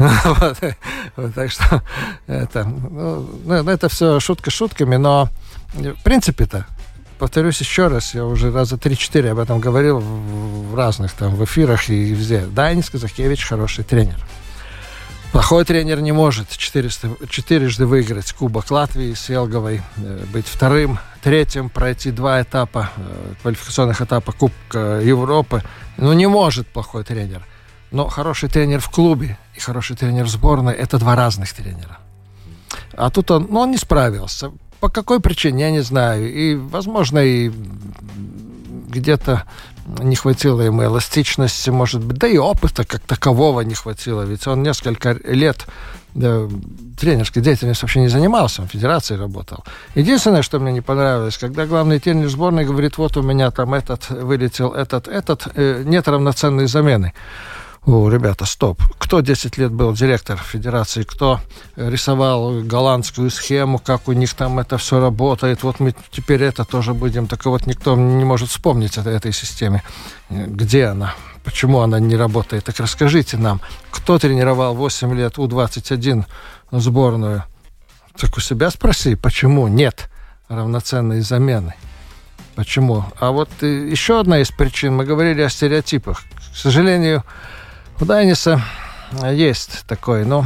Так что это, это все шутка шутками, но в принципе-то, повторюсь еще раз, я уже раза три-четыре об этом говорил в разных там в эфирах и везде. Данис Казакевич хороший тренер. Плохой тренер не может четыреста, четырежды выиграть Кубок Латвии с Елговой, быть вторым, третьим, пройти два этапа, квалификационных этапа Кубка Европы. Ну, не может плохой тренер. Но хороший тренер в клубе и хороший тренер в сборной – это два разных тренера. А тут он, ну, он не справился. По какой причине, я не знаю. И, возможно, и где-то не хватило ему эластичности, может быть, да и опыта как такового не хватило. Ведь он несколько лет да, тренерской деятельностью вообще не занимался, он в федерации работал. Единственное, что мне не понравилось, когда главный тренер сборной говорит, вот у меня там этот вылетел, этот, этот, э, нет равноценной замены. О, ребята, стоп. Кто десять лет был директор федерации, кто рисовал голландскую схему, как у них там это все работает, вот мы теперь это тоже будем, так вот никто не может вспомнить о этой системе. Где она? Почему она не работает? Так расскажите нам, кто тренировал восемь лет У двадцать один сборную? Так у себя спроси, почему нет равноценной замены? Почему? А вот еще одна из причин, мы говорили о стереотипах. К сожалению, у Даниса есть такое, ну,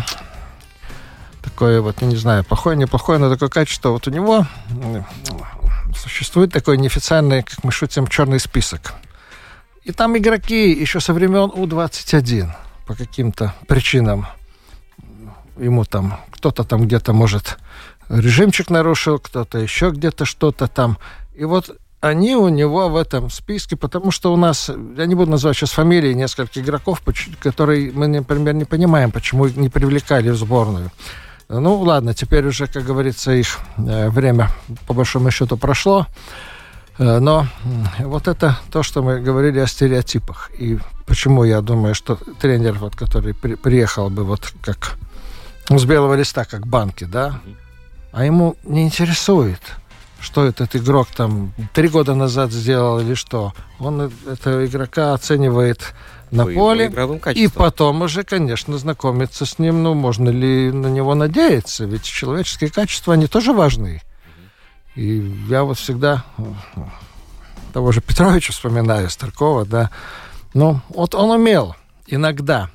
такое вот, я не знаю, плохое, неплохое, но такое качество. Вот у него существует такой неофициальный, как мы шутим, черный список. И там игроки еще со времен У двадцать один по каким-то причинам ему там, кто-то там где-то может режимчик нарушил, кто-то еще где-то что-то там. И вот они у него в этом списке, потому что у нас, я не буду называть сейчас фамилии нескольких игроков, которые мы, например, не понимаем, почему их не привлекали в сборную. Ну, ладно, теперь уже, как говорится, их время, по большому счету, прошло. Но вот это то, что мы говорили о стереотипах. И почему я думаю, что тренер, вот, который при, приехал бы вот как с белого листа, как банки, да, а ему не интересует, что этот игрок там три года назад сделал или что. Он этого игрока оценивает на По поле, и потом потом уже, конечно, знакомиться с ним, ну, можно ли на него надеяться, ведь человеческие качества, они тоже важны. И я вот всегда того же Петровича вспоминаю, Старкова, да, ну, вот он умел иногда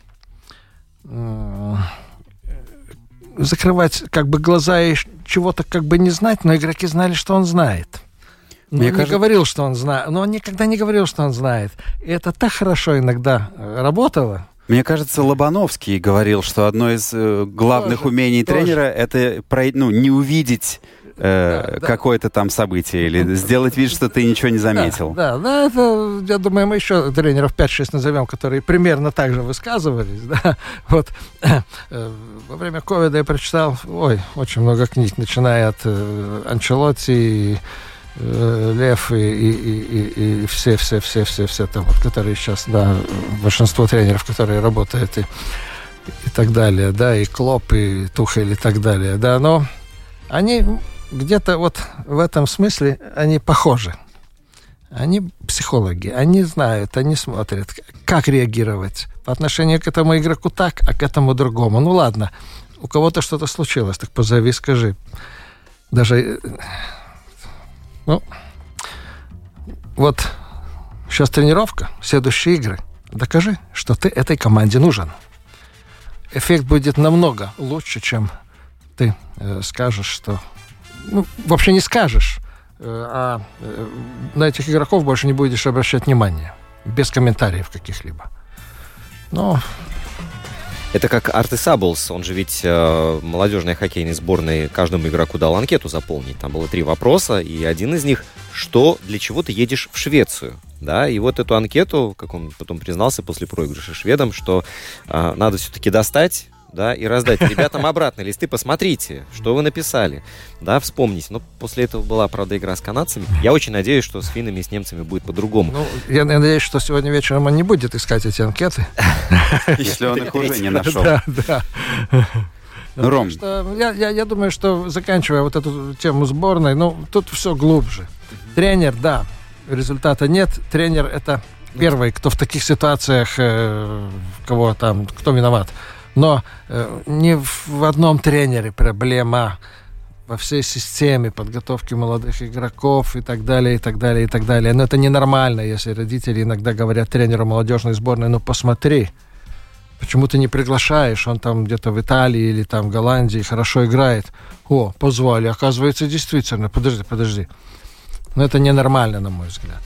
закрывать как бы глаза и чего-то как бы не знать, но игроки знали, что он знает. Но Мне он кажется... не говорил, что он знает. Но он никогда не говорил, что он знает. И это так хорошо иногда работало. Мне кажется, Лобановский говорил, что одно из э, главных тоже, умений тоже. тренера — это ну, не увидеть э, да, какое-то там событие или сделать вид, что ты ничего не заметил. Да, да, да, это, я думаю, мы еще тренеров пять-шесть назовем, которые примерно так же высказывались. Да. Вот. Во время ковида я прочитал, ой, очень много книг, начиная от э, Анчелотти, э, Лев и, и, и, и все, все, все, все, все там, вот, которые сейчас, да, большинство тренеров, которые работают и, и так далее, да, и Клоп, и Тухель и так далее, да, но они где-то вот в этом смысле, они похожи. Они психологи, они знают, они смотрят, как реагировать по отношению к этому игроку так, а к этому другому. Ну ладно, у кого-то что-то случилось, так позови, скажи. Даже, ну, вот сейчас тренировка, следующие игры. Докажи, что ты этой команде нужен. Эффект будет намного лучше, чем ты э, скажешь, что... Ну, вообще не скажешь, а на этих игроков больше не будешь обращать внимания. Без комментариев каких-либо. Но... Это как Артис Абелс, он же ведь э, молодежной хоккейной сборной каждому игроку дал анкету заполнить. Там было три вопроса, и один из них, что, для чего ты едешь в Швецию? Да, и вот эту анкету, как он потом признался после проигрыша шведам, что э, надо все-таки достать, да, и раздать ребятам обратно листы, посмотрите, что вы написали, да, вспомните. Но после этого была, правда, игра с канадцами. Я очень надеюсь, что с финнами и с немцами будет по-другому. Ну, я надеюсь, что сегодня вечером он не будет искать эти анкеты. Если он их уже не нашел. Да, да. Ром. Я думаю, что, заканчивая вот эту тему сборной, ну, тут все глубже. Тренер, да, результата нет. Тренер — это первый, кто в таких ситуациях, кого там, кто виноват. Но э, не в одном тренере проблема, во всей системе подготовки молодых игроков и так далее, и так далее, и так далее. Но это ненормально, если родители иногда говорят тренеру молодежной сборной: ну посмотри, почему ты не приглашаешь, он там где-то в Италии или там в Голландии хорошо играет. О, позвали, оказывается, действительно, подожди, подожди. Но это ненормально, на мой взгляд.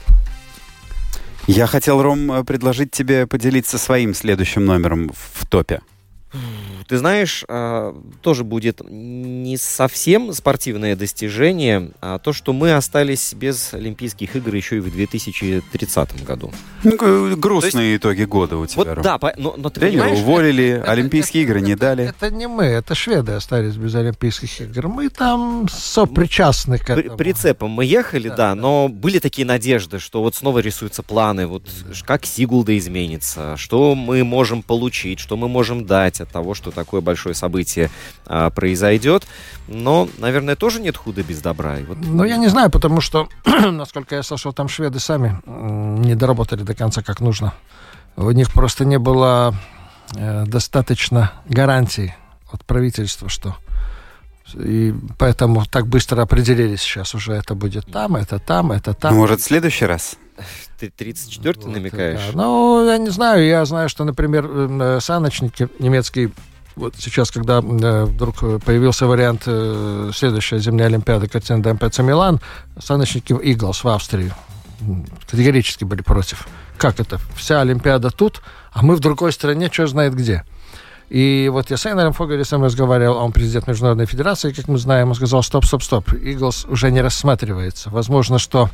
Я хотел, Ром, предложить тебе поделиться своим следующим номером в топе. Ты знаешь, тоже будет не совсем спортивное достижение, а то, что мы остались без Олимпийских игр еще и в две тысячи тридцатом году. Ну, грустные есть, итоги года у тебя, вот, Ром. Да, но, но ты тренера понимаешь, уволили, это, Олимпийские это, игры это, не это, дали. Это не мы, это шведы остались без Олимпийских игр. Мы там сопричастны к этому. Прицепом мы ехали, да, да, да, но были такие надежды, что вот снова рисуются планы, вот как Сигулда изменится, что мы можем получить, что мы можем дать от того, что такое большое событие а, произойдет. Но, наверное, тоже нет худа без добра. И вот... Ну, я не знаю, потому что, насколько я слышал, там шведы сами не доработали до конца как нужно. У них просто не было э, достаточно гарантий от правительства, что... И поэтому так быстро определились сейчас уже. Это будет там, это там, это там. Ну, может, в следующий раз? Ты тридцать четвёртый вот, намекаешь? Да. Ну, я не знаю. Я знаю, что, например, саночники немецкие... Вот сейчас, когда э, вдруг появился вариант э, следующей зимней Олимпиады Картина МПЦ Милан, саночники Иглс в Австрии категорически были против. Как это? Вся Олимпиада тут, а мы в другой стране, черт знает где. И вот я с Эйнером Фогелисом разговаривал, он президент Международной Федерации, как мы знаем, он сказал, стоп, стоп, стоп, Иглс уже не рассматривается. Возможно, что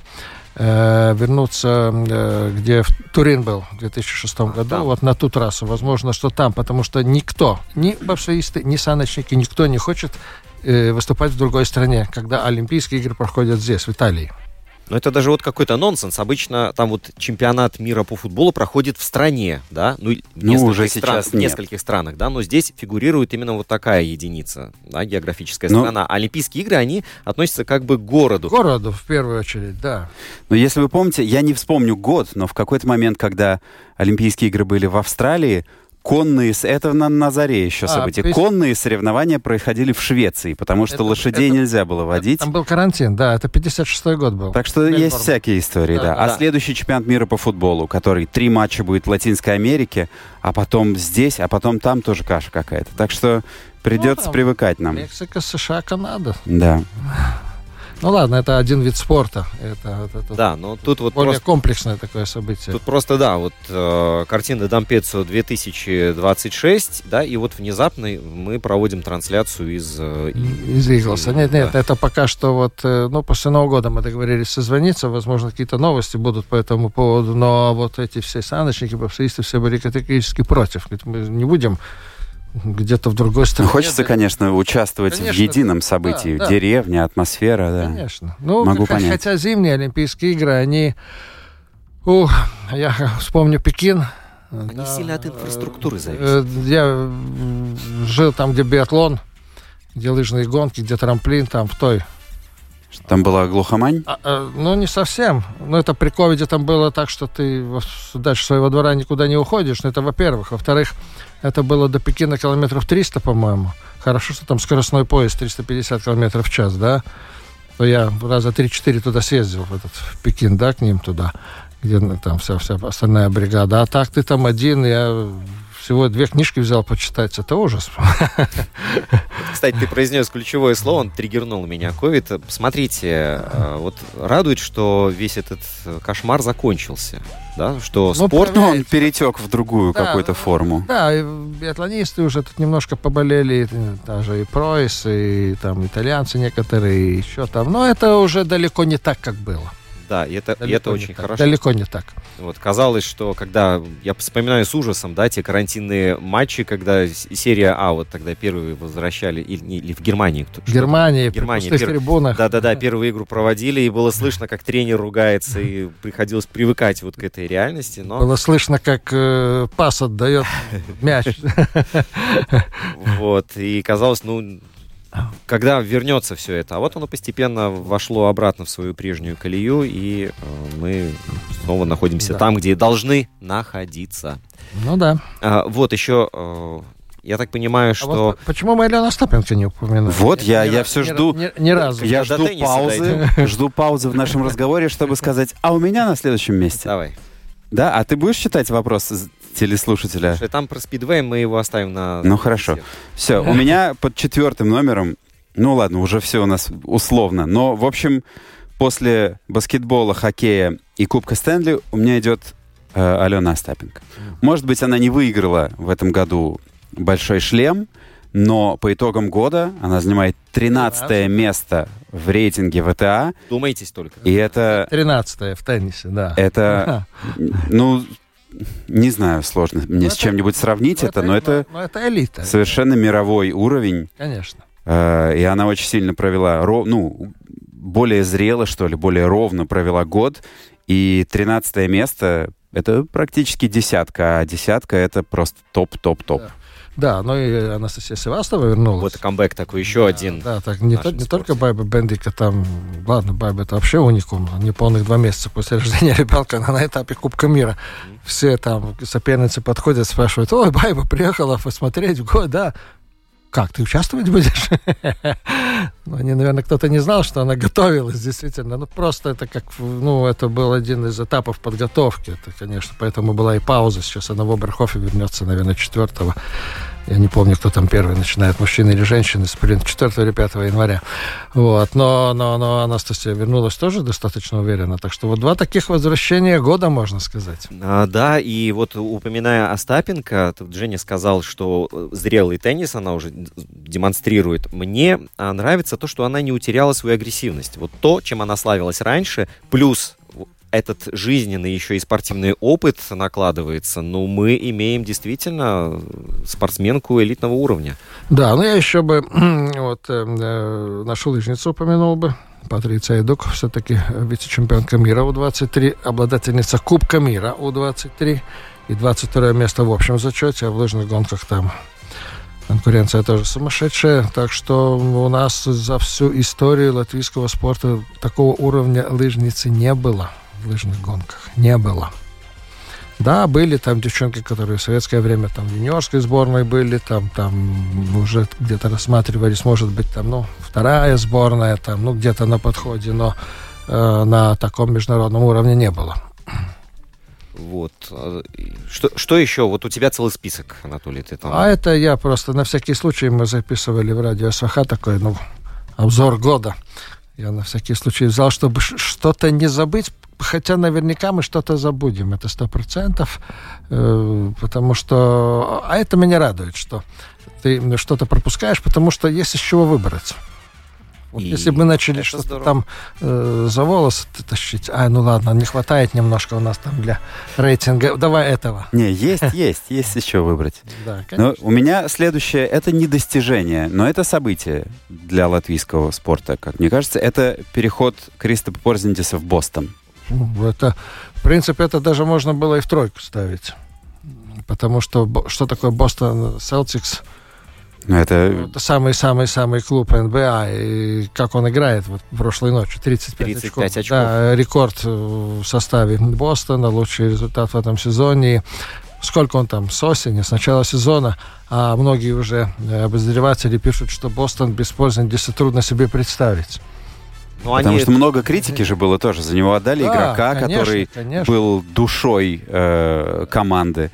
э, вернуться, э, где в Турин был в две тысячи шестом году, там. Вот на ту трассу, возможно, что там, потому что никто, ни бобслеисты, ни саночники, никто не хочет э, выступать в другой стране, когда Олимпийские игры проходят здесь, в Италии. Но это даже вот какой-то нонсенс. Обычно там вот чемпионат мира по футболу проходит в стране, да, ну, ну уже стран, сейчас в нескольких странах, да, но здесь фигурирует именно вот такая единица, да, географическая но... страна. А Олимпийские игры, они относятся как бы к городу. К городу, в первую очередь, да. Но если вы помните, я не вспомню год, но в какой-то момент, когда Олимпийские игры были в Австралии, конные, это на, на заре еще события, а, конные соревнования происходили в Швеции, потому что это, лошадей это, нельзя было водить. Там был карантин, да, это пятьдесят шестой год был. Так что Мельбурн. Есть всякие истории, да. да. А да. Следующий чемпионат мира по футболу, который три матча будет в Латинской Америке, а потом здесь, а потом там тоже каша какая-то. Так что придется ну, привыкать нам. Мексика, США, Канада. Да. Ну ладно, это один вид спорта. Это, это, это да, но тут вот более просто, комплексное такое событие. Тут просто, да, вот э, картина Дампеццо две тысячи двадцать шесть, да, и вот внезапно мы проводим трансляцию из... Э, из Иглса. Нет, нет, да. Это пока что вот, э, ну, после Нового года мы договорились созвониться, возможно, какие-то новости будут по этому поводу, но вот эти все саночники, бобслеисты, все были категорически против. Мы не будем... где-то в другой стране. Ну, хочется, да. конечно, участвовать конечно, в едином событии. Да, да. Деревня, атмосфера, да. Конечно. Ну, могу как, понять. Хотя зимние Олимпийские игры, они... Ух, я вспомню Пекин. Они да, сильно от инфраструктуры зависят. Э, я жил там, где биатлон, где лыжные гонки, где трамплин, там в той... Там была глухомань? А, а, ну, не совсем. Ну, это при ковиде там было так, что ты дальше своего двора никуда не уходишь. Ну, это во-первых. Во-вторых, это было до Пекина километров триста, по-моему. Хорошо, что там скоростной поезд триста пятьдесят километров в час, да? То я раза три-четыре туда съездил, в, этот, в Пекин, да, к ним туда, где там вся, вся остальная бригада. А так ты там один, я... Всего две книжки взял почитать, это ужас. Кстати, ты произнес ключевое слово, он триггернул меня, ковид. Смотрите, вот радует, что весь этот кошмар закончился, да, что ну, спорт... Ну, он перетек в другую да, какую-то форму. Да, и биатлонисты уже тут немножко поболели, даже и Пройс, и там итальянцы некоторые, и еще там, но это уже далеко не так, как было. Да, и это, и это очень так. хорошо. Далеко не так. Вот, казалось, что когда... Я вспоминаю с ужасом, да, те карантинные матчи, когда серия А, вот тогда первые возвращали, или, или в Германии. Кто, в Германии, в Германии, пустых пер... трибунах. Да-да-да, первую игру проводили, и было слышно, как тренер ругается, и приходилось привыкать вот к этой реальности. Но... Было слышно, как э, пас отдает мяч. Вот, и казалось, ну... Когда вернется все это. А вот оно постепенно вошло обратно в свою прежнюю колею, и э, мы снова находимся да. там, где должны находиться. Ну да. А, вот еще, э, я так понимаю, что... А вот почему мы Алену Остапенко не упоминаем? Вот, я, я, я все ни, жду... Ни, ни разу. Я жду паузы, жду паузы в нашем разговоре, чтобы сказать, а у меня на следующем месте. Давай. Да, а ты будешь читать вопрос телеслушателя? Слушай, там про спидвей мы его оставим на... Ну, хорошо. Все, у меня под четвертым номером, ну ладно, уже все у нас условно, но, в общем, после баскетбола, хоккея и Кубка Стэнли у меня идет э, Алена Остапенко. Может быть, она не выиграла в этом году «Большой шлем», но по итогам года она занимает тринадцатое место в рейтинге вэ тэ а. Думаетесь только. И это... тринадцатое в теннисе, да. Это, ну, не знаю, сложно мне ну, с чем-нибудь это, сравнить ну, это, но это, но это элита. Совершенно мировой уровень. Конечно. Э, и она очень сильно провела, ров, ну, более зрело, что ли, более ровно провела год. И тринадцатое место — это практически десятка, а десятка — это просто топ-топ-топ. Да. Да, ну и Анастасия Севастова вернулась. Вот камбэк такой, еще да, один. Да, так не, то, не только Байба Бендика, там, ладно, Байба это вообще уникум, неполных два месяца после рождения ребенка, она на этапе Кубка мира. Mm-hmm. Все там соперницы подходят, спрашивают, ой, Байба приехала посмотреть в год, да. Как, ты участвовать будешь? Ну, они, наверное, кто-то не знал, что она готовилась, действительно. Ну, просто это как, ну, это был один из этапов подготовки. Это, конечно, поэтому была и пауза. Сейчас она в Оберхофе вернется, наверное, четвертого Я не помню, кто там первый начинает, мужчина или женщина, спринт четвёртого или пятого января. Вот. Но, но, но Анастасия вернулась тоже достаточно уверенно. Так что вот два таких возвращения года, можно сказать. А, да, и вот упоминая Остапенко, тут Женя сказал, что зрелый теннис она уже демонстрирует. Мне нравится то, что она не утеряла свою агрессивность. Вот то, чем она славилась раньше, плюс этот жизненный еще и спортивный опыт накладывается, но мы имеем действительно спортсменку элитного уровня. Да, ну я еще бы вот, э, нашу лыжницу упомянул бы. Патриция Эдук, все-таки вице-чемпионка мира У двадцать три, обладательница Кубка мира У двадцать три и двадцать второе место в общем зачете, а в лыжных гонках там конкуренция тоже сумасшедшая. Так что у нас за всю историю латвийского спорта такого уровня лыжницы не было. В лыжных гонках не было. Да, были там девчонки, которые в советское время там в юниорской сборной были, там, там уже где-то рассматривались, может быть, там, ну, вторая сборная, там, ну, где-то на подходе, но э, на таком международном уровне не было. Вот. Что, что еще? Вот у тебя целый список, Анатолий, ты там... А это я просто на всякий случай, мы записывали в радио СВХ такой, ну, обзор года. Я на всякий случай взял, чтобы что-то не забыть, хотя наверняка мы что-то забудем, это сто процентов, э, потому что... А это меня радует, что ты что-то пропускаешь, потому что есть из чего выбрать. Вот если бы мы начали что-то здорово. там э, за волосы тащить, а, ну ладно, не хватает немножко у нас там для рейтинга, давай этого. Не, есть, есть, есть еще выбрать. Да, конечно. Но у меня следующее, это не достижение, но это событие для латвийского спорта, как мне кажется, это переход Кристопа Порзиндиса в Бостон. Это, в принципе, это даже можно было и в тройку ставить. Потому что что такое Бостон Селтикс? Это... это самый-самый-самый клуб эн бэ а. И как он играет вот прошлой ночью? тридцать пять, тридцать пять очков. очков. Да, рекорд в составе Бостона, лучший результат в этом сезоне. Сколько он там с осени, с начала сезона, а многие уже обозреватели пишут, что Бостон без Порзиндиса трудно себе представить. Ну, Потому они... что много критики же было тоже. За него отдали да, игрока, конечно, который конечно. был душой э, команды.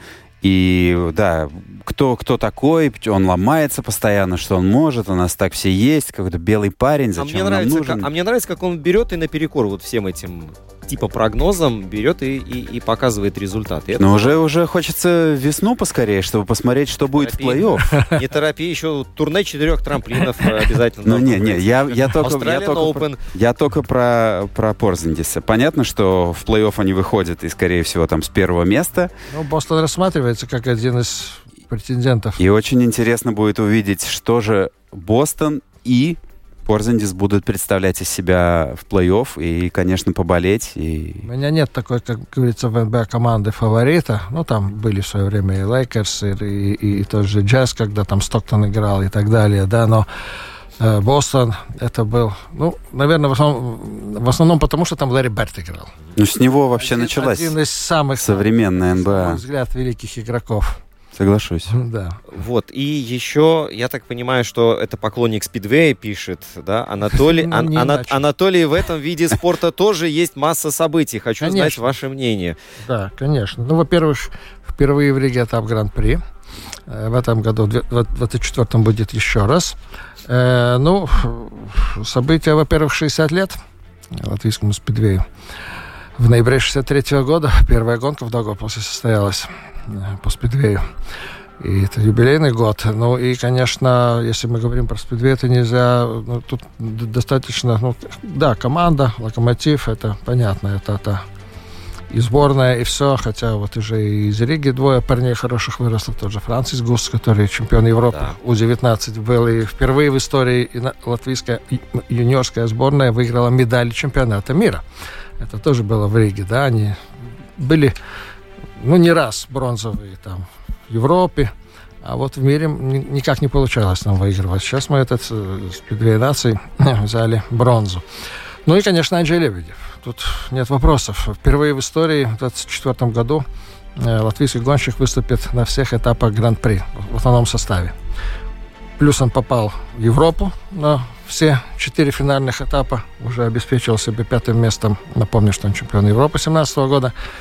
И да, кто, кто такой, он ломается постоянно, что он может, у нас так все есть, какой-то белый парень, зачем а мне он нравится, нам нужен? Как, а мне нравится, как он берет и наперекор вот всем этим типа прогнозам берет и, и, и показывает результаты. Но уже, уже хочется весну поскорее, чтобы посмотреть, что будет в плей-офф. Не торопи, еще турне четырех трамплинов обязательно. Ну не, не, я, я только, я только, про, я только про, про Порзиндиса. Понятно, что в плей-офф они выходят и, скорее всего, там с первого места. Ну, Бостон рассматривается как один из претендентов. И очень интересно будет увидеть, что же Бостон и Порзиндис будут представлять из себя в плей-офф и, конечно, поболеть. И... У меня нет такой, как говорится, в эн бэ а команды фаворита. Ну, там были в свое время и Лейкерс, и, и, и тот же Джаз, когда там Стоктон играл и так далее, да, но э, Бостон это был, ну, наверное, в основном, в основном потому, что там Ларри Берд играл. Ну, с него вообще один, началась один из самых, современная эн бэ а. На мой взгляд, великих игроков. Соглашусь. Да. Вот, и еще, я так понимаю, что это поклонник спидвея пишет, да, Анатолий, ну, Ан- Ана- Анатолий, в этом виде спорта тоже есть масса событий. Хочу конечно. знать ваше мнение. Да, конечно. Ну, во-первых, впервые в Риге этап Гран-при. В этом году, в двадцать четвёртом будет еще раз. Э, ну, события, во-первых, шестьдесят лет латвийскому спидвею. В ноябре шестьдесят третьего года первая гонка в Даугавпилсе состоялась по спидвею. И это юбилейный год. Ну и, конечно, если мы говорим про спидвей, это нельзя... Ну, тут достаточно... Ну, да, команда, Локомотив, это понятно. Это, это и сборная, и все. Хотя вот уже из Риги двое парней хороших выросло. Тот же Франсис Гус, который чемпион Европы да. У девятнадцать был. И впервые в истории латвийская юниорская сборная выиграла медаль чемпионата мира. Это тоже было в Риге, да. Они были... Ну, не раз бронзовые там в Европе, а вот в мире никак не получалось нам выигрывать. Сейчас мы этот спидвей наций взяли бронзу. Ну и, конечно, Анджей Лебедев. Тут нет вопросов. Впервые в истории в двадцать четвёртом году латвийский гонщик выступит на всех этапах Гран-при в основном составе. Плюс он попал в Европу на все четыре финальных этапа. Уже обеспечил себе пятым местом. Напомню, что он чемпион Европы две тысячи семнадцатого года.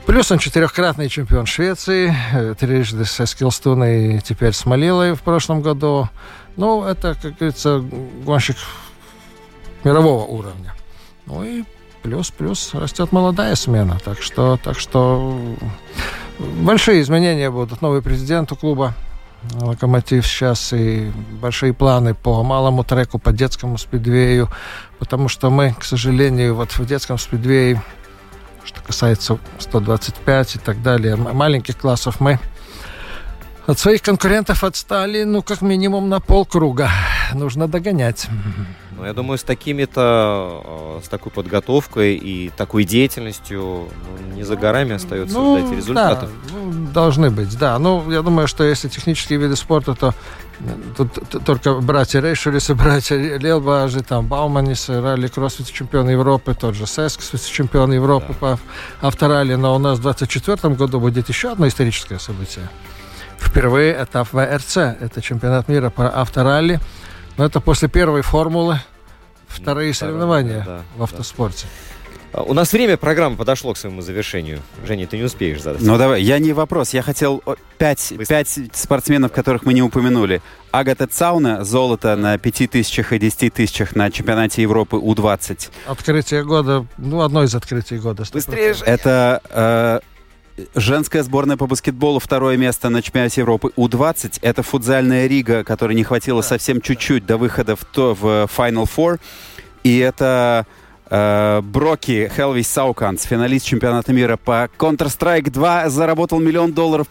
Плюс он четырехкратный чемпион Швеции, трижды с Эскилстуной и теперь с Малилой в прошлом году. Ну, это, как говорится, гонщик мирового уровня. Ну и плюс-плюс растет молодая смена. Так что, так что большие изменения будут. Новый президент у клуба «Локомотив» сейчас и большие планы по малому треку, по детскому спидвею. Потому что мы, к сожалению, вот в детском спидвее, что касается сто двадцать пять и так далее, маленьких классов, мы от своих конкурентов отстали, ну, как минимум на полкруга. Нужно догонять. Ну, я думаю, с такими-то, с такой подготовкой и такой деятельностью ну, не за горами остается ну, ждать результатов. Да, ну, должны быть, да. Ну, я думаю, что если технические виды спорта, то тут только братья Рейшерис, братья Лелбажи, там, Бауманис, ралли-кросс вице-чемпион Европы, тот же Сеск, вице-чемпион Европы да. по авторалли. Но у нас в двадцать четвёртом году будет еще одно историческое событие. Впервые этап вэ эр цэ. Это чемпионат мира по авторалли. Но это после первой формулы вторые Второе, соревнования да, в автоспорте. Да. У нас время программы подошло к своему завершению. Женя, ты не успеешь задать. Ну давай, я не вопрос. Я хотел пять, пять спортсменов, которых мы не упомянули. Агата Цауна, золото на пяти тысячах и десяти тысячах на чемпионате Европы у двадцать. Открытие года, ну одно из открытий года. Быстрее же. Это... Э, Женская сборная по баскетболу второе место на чемпионате Европы у двадцать. Это футзальная Рига, которой не хватило совсем чуть-чуть до выхода в, то, в Final Four. И это э, Броки Хелвис Сауканс, финалист чемпионата мира по Counter-Strike два, заработал миллион долларов